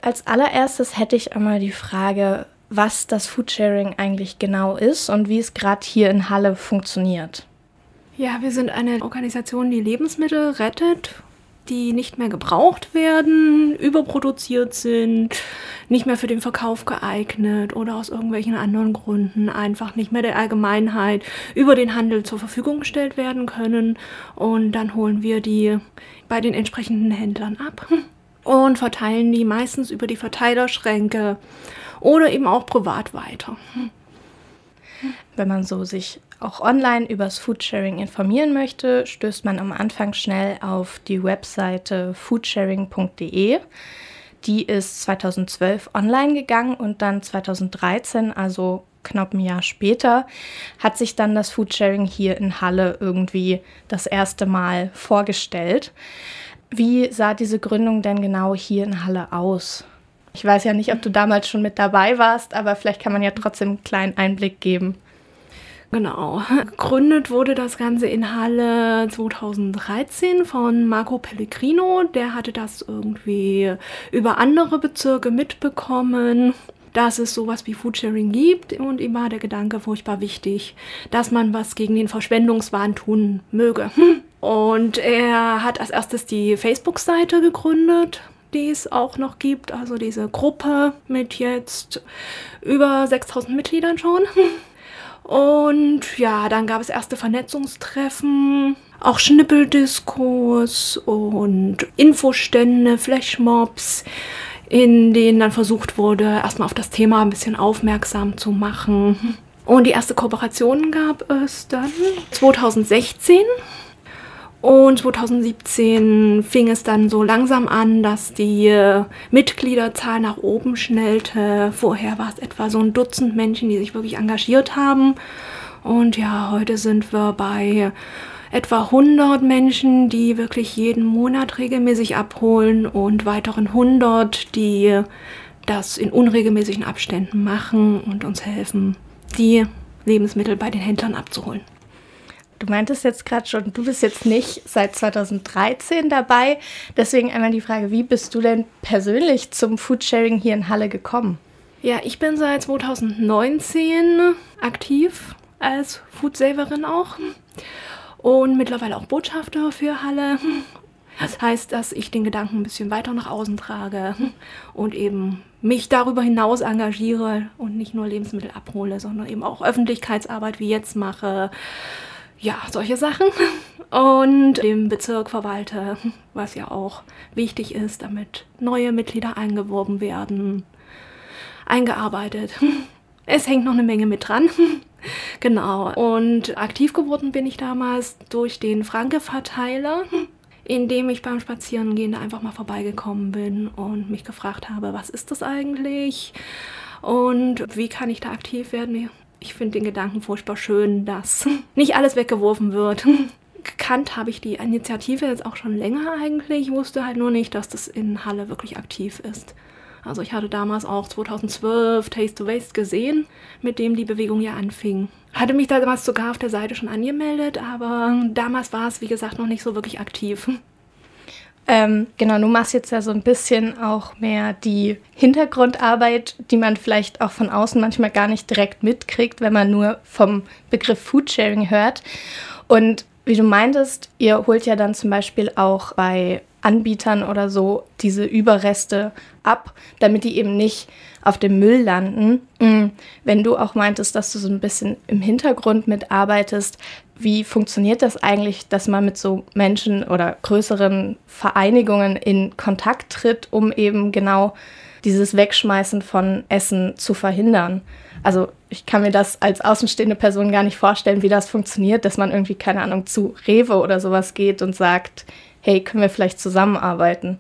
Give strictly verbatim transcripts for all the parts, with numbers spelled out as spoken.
Als allererstes hätte ich einmal die Frage, was das Foodsharing eigentlich genau ist und wie es gerade hier in Halle funktioniert. Ja, wir sind eine Organisation, die Lebensmittel rettet, die nicht mehr gebraucht werden, überproduziert sind, nicht mehr für den Verkauf geeignet oder aus irgendwelchen anderen Gründen einfach nicht mehr der Allgemeinheit über den Handel zur Verfügung gestellt werden können. Und dann holen wir die bei den entsprechenden Händlern ab und verteilen die meistens über die Verteilerschränke oder eben auch privat weiter. Wenn man so sich auch online übers Foodsharing informieren möchte, stößt man am Anfang schnell auf die Webseite foodsharing punkt de. Die ist zweitausendzwölf online gegangen und dann zweitausenddreizehn, also knapp ein Jahr später, hat sich dann das Foodsharing hier in Halle irgendwie das erste Mal vorgestellt. Wie sah diese Gründung denn genau hier in Halle aus? Ich weiß ja nicht, ob du damals schon mit dabei warst, aber vielleicht kann man ja trotzdem einen kleinen Einblick geben. Genau. Gegründet wurde das Ganze in Halle zweitausenddreizehn von Marco Pellegrino. Der hatte das irgendwie über andere Bezirke mitbekommen, dass es sowas wie Foodsharing gibt. Und ihm war der Gedanke furchtbar wichtig, dass man was gegen den Verschwendungswahn tun möge. Und er hat als erstes die Facebook-Seite gegründet, die es auch noch gibt. Also diese Gruppe mit jetzt über sechstausend Mitgliedern schon. Und ja, dann gab es erste Vernetzungstreffen, auch Schnippeldiskos und Infostände, Flashmobs, in denen dann versucht wurde, erstmal auf das Thema ein bisschen aufmerksam zu machen. Und die erste Kooperation gab es dann zweitausendsechzehn. Und zweitausendsiebzehn fing es dann so langsam an, dass die äh, Mitgliederzahl nach oben schnellte. Vorher war es etwa so ein Dutzend Menschen, die sich wirklich engagiert haben. Und ja, heute sind wir bei etwa hundert Menschen, die wirklich jeden Monat regelmäßig abholen und weiteren hundert, die das in unregelmäßigen Abständen machen und uns helfen, die Lebensmittel bei den Händlern abzuholen. Du meintest jetzt gerade schon, du bist jetzt nicht seit zweitausenddreizehn dabei. Deswegen einmal die Frage, wie bist du denn persönlich zum Foodsharing hier in Halle gekommen? Ja, ich bin seit zweitausendneunzehn aktiv als Foodsaverin auch und mittlerweile auch Botschafter für Halle. Das heißt, dass ich den Gedanken ein bisschen weiter nach außen trage und eben mich darüber hinaus engagiere und nicht nur Lebensmittel abhole, sondern eben auch Öffentlichkeitsarbeit wie jetzt mache. Ja, solche Sachen. Und den Bezirk verwalte, was ja auch wichtig ist, damit neue Mitglieder eingeworben werden, eingearbeitet. Es hängt noch eine Menge mit dran. Genau. Und aktiv geworden bin ich damals durch den Franke-Verteiler, indem ich beim Spazierengehen einfach mal vorbeigekommen bin und mich gefragt habe, was ist das eigentlich und wie kann ich da aktiv werden? Ich finde den Gedanken furchtbar schön, dass nicht alles weggeworfen wird. Gekannt habe ich die Initiative jetzt auch schon länger eigentlich. Ich wusste halt nur nicht, dass das in Halle wirklich aktiv ist. Also ich hatte damals auch zweitausendzwölf Taste to Waste gesehen, mit dem die Bewegung ja anfing. Hatte mich da damals sogar auf der Seite schon angemeldet, aber damals war es, wie gesagt, noch nicht so wirklich aktiv. Ähm, genau, du machst jetzt ja so ein bisschen auch mehr die Hintergrundarbeit, die man vielleicht auch von außen manchmal gar nicht direkt mitkriegt, wenn man nur vom Begriff Foodsharing hört. Und wie du meintest, ihr holt ja dann zum Beispiel auch bei Anbietern oder so diese Überreste ab, damit die eben nicht auf dem Müll landen. Wenn du auch meintest, dass du so ein bisschen im Hintergrund mitarbeitest, wie funktioniert das eigentlich, dass man mit so Menschen oder größeren Vereinigungen in Kontakt tritt, um eben genau dieses Wegschmeißen von Essen zu verhindern? Also ich kann mir das als außenstehende Person gar nicht vorstellen, wie das funktioniert, dass man irgendwie, keine Ahnung, zu Rewe oder sowas geht und sagt, hey, können wir vielleicht zusammenarbeiten?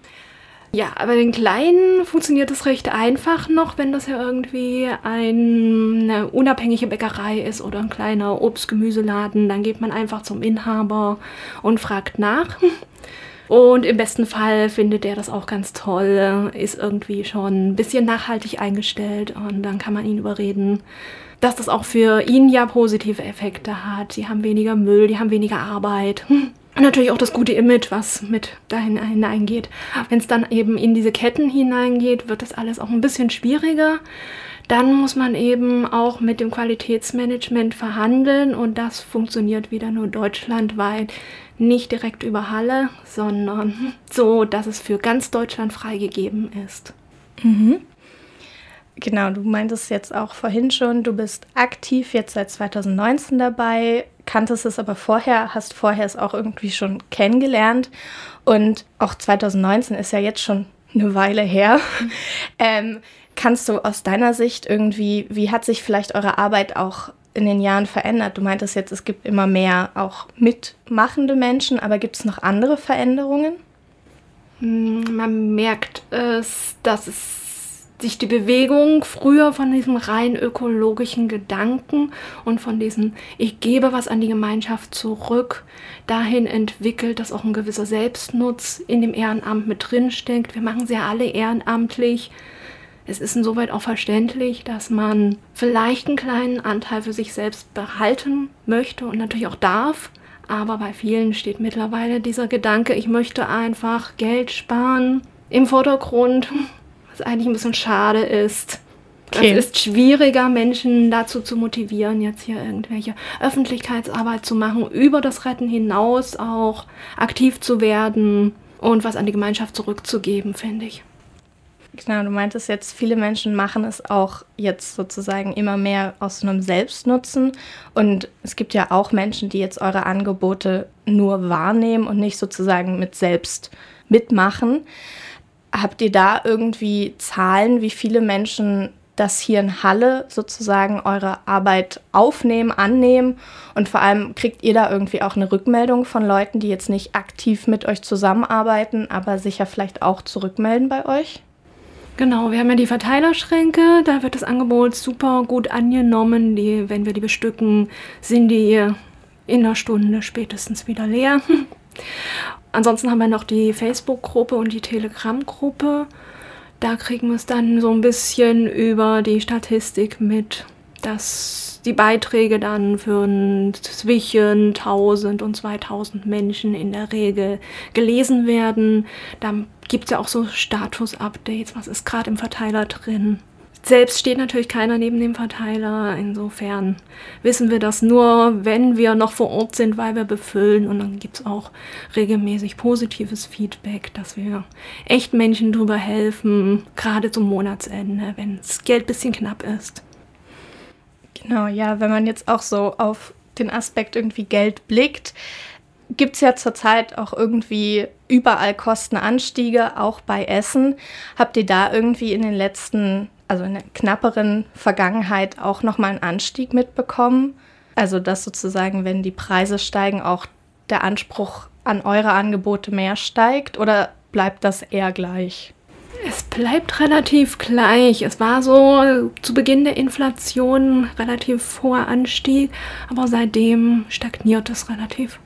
Ja, aber den Kleinen funktioniert es recht einfach noch, wenn das ja irgendwie ein, eine unabhängige Bäckerei ist oder ein kleiner Obst-Gemüseladen. Dann geht man einfach zum Inhaber und fragt nach. Und im besten Fall findet der das auch ganz toll, ist irgendwie schon ein bisschen nachhaltig eingestellt und dann kann man ihn überreden, dass das auch für ihn ja positive Effekte hat. Sie haben weniger Müll, die haben weniger Arbeit. Und natürlich auch das gute Image, was mit dahin hineingeht. Wenn es dann eben in diese Ketten hineingeht, wird das alles auch ein bisschen schwieriger. Dann muss man eben auch mit dem Qualitätsmanagement verhandeln und das funktioniert wieder nur deutschlandweit, nicht direkt über Halle, sondern so, dass es für ganz Deutschland freigegeben ist. Mhm. Genau, du meintest jetzt auch vorhin schon, du bist aktiv jetzt seit zwanzig neunzehn dabei, kanntest es aber vorher, hast vorher es auch irgendwie schon kennengelernt und auch zwanzig neunzehn ist ja jetzt schon eine Weile her. Mhm. ähm, kannst du aus deiner Sicht irgendwie, wie hat sich vielleicht eure Arbeit auch in den Jahren verändert? Du meintest jetzt, es gibt immer mehr auch mitmachende Menschen, aber gibt es noch andere Veränderungen? Man merkt es, dass es sich die Bewegung früher von diesem rein ökologischen Gedanken und von diesem ich gebe was an die Gemeinschaft zurück dahin entwickelt, dass auch ein gewisser Selbstnutz in dem Ehrenamt mit drin steckt. Wir machen sie ja alle ehrenamtlich. Es ist insoweit auch verständlich, dass man vielleicht einen kleinen Anteil für sich selbst behalten möchte und natürlich auch darf. Aber bei vielen steht mittlerweile dieser Gedanke, ich möchte einfach Geld sparen im Vordergrund, was eigentlich ein bisschen schade ist. Okay. Es ist schwieriger, Menschen dazu zu motivieren, jetzt hier irgendwelche Öffentlichkeitsarbeit zu machen, über das Retten hinaus auch aktiv zu werden und was an die Gemeinschaft zurückzugeben, finde ich. Genau, du meintest jetzt, viele Menschen machen es auch jetzt sozusagen immer mehr aus so einem Selbstnutzen. Und es gibt ja auch Menschen, die jetzt eure Angebote nur wahrnehmen und nicht sozusagen mit selbst mitmachen. Habt ihr da irgendwie Zahlen, wie viele Menschen das hier in Halle sozusagen eure Arbeit aufnehmen, annehmen? Und vor allem kriegt ihr da irgendwie auch eine Rückmeldung von Leuten, die jetzt nicht aktiv mit euch zusammenarbeiten, aber sicher vielleicht auch zurückmelden bei euch? Genau, wir haben ja die Verteilerschränke, da wird das Angebot super gut angenommen. Die, wenn wir die bestücken, sind die in einer Stunde spätestens wieder leer. Ansonsten haben wir noch die Facebook-Gruppe und die Telegram-Gruppe. Da kriegen wir es dann so ein bisschen über die Statistik mit, dass die Beiträge dann für zwischen tausend und zweitausend Menschen in der Regel gelesen werden. Da gibt es ja auch so Status-Updates, was ist gerade im Verteiler drin. Selbst steht natürlich keiner neben dem Verteiler, insofern wissen wir das nur, wenn wir noch vor Ort sind, weil wir befüllen und dann gibt es auch regelmäßig positives Feedback, dass wir echt Menschen drüber helfen, gerade zum Monatsende, wenn das Geld ein bisschen knapp ist. Genau, ja, wenn man jetzt auch so auf den Aspekt irgendwie Geld blickt, gibt es ja zurzeit auch irgendwie überall Kostenanstiege, auch bei Essen. Habt ihr da irgendwie in den letzten, also in der knapperen Vergangenheit auch nochmal einen Anstieg mitbekommen? Also dass sozusagen, wenn die Preise steigen, auch der Anspruch an eure Angebote mehr steigt oder bleibt das eher gleich? Es bleibt relativ gleich. Es war so zu Beginn der Inflation ein relativ hoher Anstieg, aber seitdem stagniert es relativ.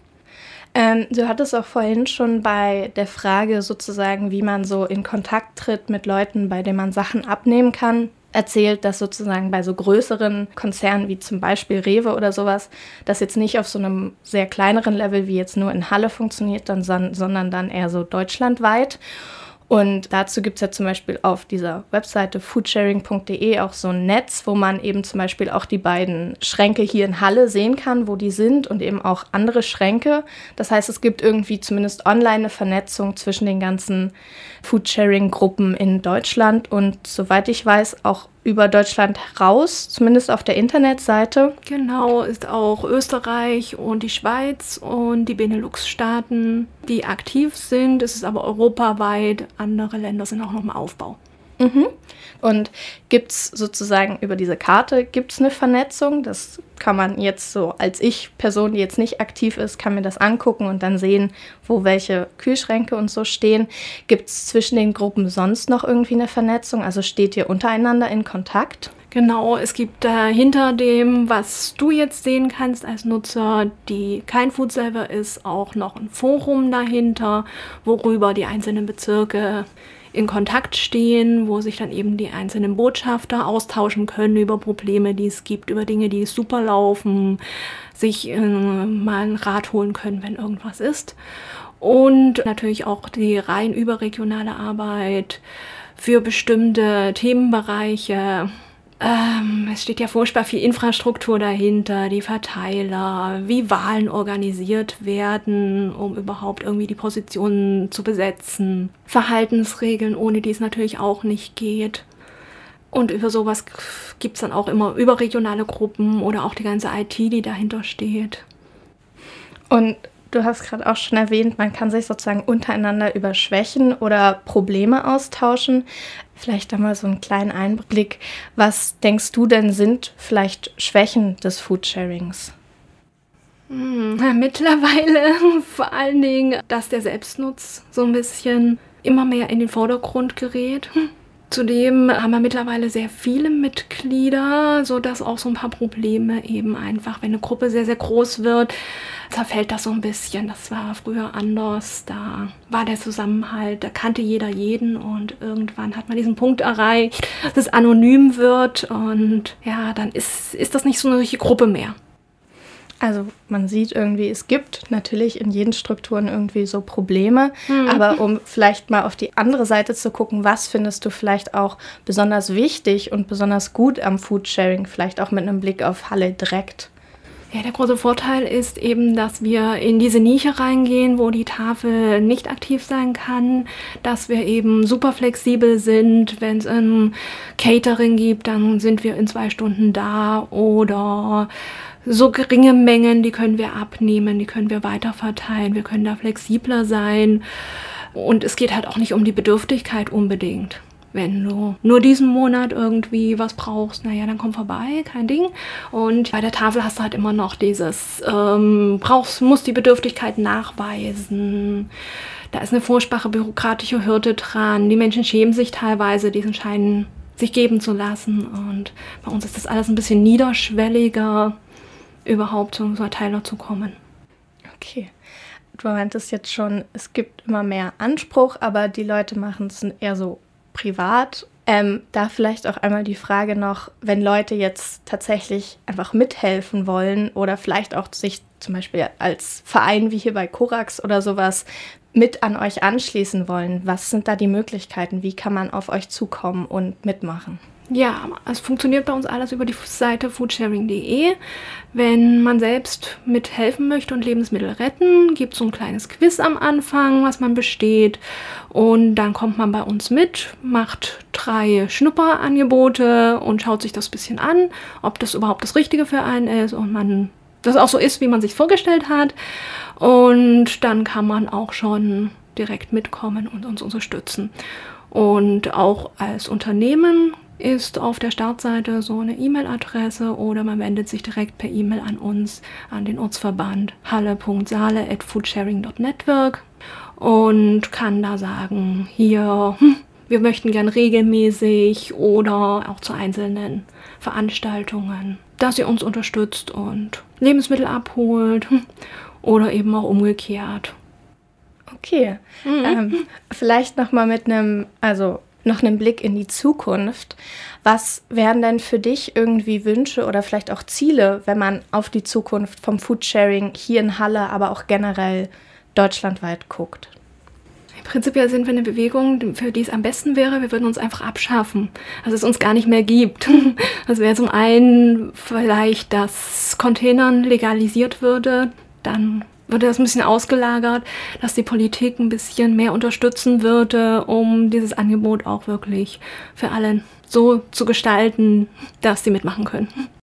Ähm, du hattest auch vorhin schon bei der Frage sozusagen, wie man so in Kontakt tritt mit Leuten, bei denen man Sachen abnehmen kann, erzählt, dass sozusagen bei so größeren Konzernen wie zum Beispiel Rewe oder sowas, das jetzt nicht auf so einem sehr kleineren Level wie jetzt nur in Halle funktioniert, dann, sondern dann eher so deutschlandweit. Und dazu gibt es ja zum Beispiel auf dieser Webseite foodsharing punkt de auch so ein Netz, wo man eben zum Beispiel auch die beiden Schränke hier in Halle sehen kann, wo die sind und eben auch andere Schränke. Das heißt, es gibt irgendwie zumindest online eine Vernetzung zwischen den ganzen Foodsharing-Gruppen in Deutschland und soweit ich weiß auch über Deutschland heraus, zumindest auf der Internetseite. Genau, ist auch Österreich und die Schweiz und die Benelux-Staaten, die aktiv sind. Es ist aber europaweit, andere Länder sind auch noch im Aufbau. Mhm. Und gibt es sozusagen über diese Karte, gibt es eine Vernetzung? Das kann man jetzt so, als ich, Person, die jetzt nicht aktiv ist, kann mir das angucken und dann sehen, wo welche Kühlschränke und so stehen. Gibt es zwischen den Gruppen sonst noch irgendwie eine Vernetzung? Also steht ihr untereinander in Kontakt? Genau, es gibt äh, hinter dem, was du jetzt sehen kannst als Nutzer, die kein Foodsaver ist, auch noch ein Forum dahinter, worüber die einzelnen Bezirke in Kontakt stehen, wo sich dann eben die einzelnen Botschafter austauschen können über Probleme, die es gibt, über Dinge, die super laufen, sich äh, mal einen Rat holen können, wenn irgendwas ist. Und natürlich auch die rein überregionale Arbeit für bestimmte Themenbereiche. Ähm, es steht ja furchtbar viel Infrastruktur dahinter, die Verteiler, wie Wahlen organisiert werden, um überhaupt irgendwie die Positionen zu besetzen. Verhaltensregeln, ohne die es natürlich auch nicht geht. Und über sowas gibt es dann auch immer überregionale Gruppen oder auch die ganze I T, die dahinter steht. Und du hast gerade auch schon erwähnt, man kann sich sozusagen untereinander über Schwächen oder Probleme austauschen. Vielleicht da mal so einen kleinen Einblick. Was denkst du denn sind vielleicht Schwächen des Foodsharings? Hm, mittlerweile vor allen Dingen, dass der Selbstnutz so ein bisschen immer mehr in den Vordergrund gerät. Zudem haben wir mittlerweile sehr viele Mitglieder, sodass auch so ein paar Probleme eben einfach, wenn eine Gruppe sehr, sehr groß wird, zerfällt das so ein bisschen. Das war früher anders, da war der Zusammenhalt, da kannte jeder jeden und irgendwann hat man diesen Punkt erreicht, dass es anonym wird und ja, dann ist, ist das nicht so eine richtige Gruppe mehr. Also man sieht irgendwie, es gibt natürlich in jeden Strukturen irgendwie so Probleme, mhm. aber um vielleicht mal auf die andere Seite zu gucken, was findest du vielleicht auch besonders wichtig und besonders gut am Foodsharing, vielleicht auch mit einem Blick auf Halle direkt? Ja, der große Vorteil ist eben, dass wir in diese Nische reingehen, wo die Tafel nicht aktiv sein kann, dass wir eben super flexibel sind. Wenn es ein Catering gibt, dann sind wir in zwei Stunden da oder so geringe Mengen, die können wir abnehmen, die können wir weiterverteilen, wir können da flexibler sein. Und es geht halt auch nicht um die Bedürftigkeit unbedingt. Wenn du nur diesen Monat irgendwie was brauchst, naja, dann komm vorbei, kein Ding. Und bei der Tafel hast du halt immer noch dieses, ähm, brauchst, musst die Bedürftigkeit nachweisen. Da ist eine furchtbare bürokratische Hürde dran. Die Menschen schämen sich teilweise, diesen Schein sich geben zu lassen. Und bei uns ist das alles ein bisschen niederschwelliger, überhaupt zu unserer Verteiler zu kommen. Okay. Du meintest jetzt schon, es gibt immer mehr Anspruch, aber die Leute machen es eher so privat. Ähm, da vielleicht auch einmal die Frage noch, wenn Leute jetzt tatsächlich einfach mithelfen wollen oder vielleicht auch sich zum Beispiel als Verein wie hier bei Korax oder sowas mit an euch anschließen wollen, was sind da die Möglichkeiten? Wie kann man auf euch zukommen und mitmachen? Ja, es funktioniert bei uns alles über die Seite foodsharing punkt de. Wenn man selbst mithelfen möchte und Lebensmittel retten, gibt es so ein kleines Quiz am Anfang, was man besteht. Und dann kommt man bei uns mit, macht drei Schnupperangebote und schaut sich das ein bisschen an, ob das überhaupt das Richtige für einen ist und man das auch so ist, wie man sich vorgestellt hat. Und dann kann man auch schon direkt mitkommen und uns unterstützen. Und auch als Unternehmen ist auf der Startseite so eine E-Mail-Adresse oder man wendet sich direkt per E-Mail an uns, an den Ortsverband halle punkt saale at foodsharing punkt network und kann da sagen, hier, hm, wir möchten gern regelmäßig oder auch zu einzelnen Veranstaltungen, dass ihr uns unterstützt und Lebensmittel abholt hm, oder eben auch umgekehrt. Okay, mhm. ähm, vielleicht nochmal mit einem, also noch einen Blick in die Zukunft. Was wären denn für dich irgendwie Wünsche oder vielleicht auch Ziele, wenn man auf die Zukunft vom Foodsharing hier in Halle, aber auch generell deutschlandweit guckt? Prinzipiell sind wir eine Bewegung, für die es am besten wäre, wir würden uns einfach abschaffen, dass es uns gar nicht mehr gibt. Das wäre zum einen vielleicht, dass Containern legalisiert würde, dann würde das ein bisschen ausgelagert, dass die Politik ein bisschen mehr unterstützen würde, um dieses Angebot auch wirklich für alle so zu gestalten, dass sie mitmachen können.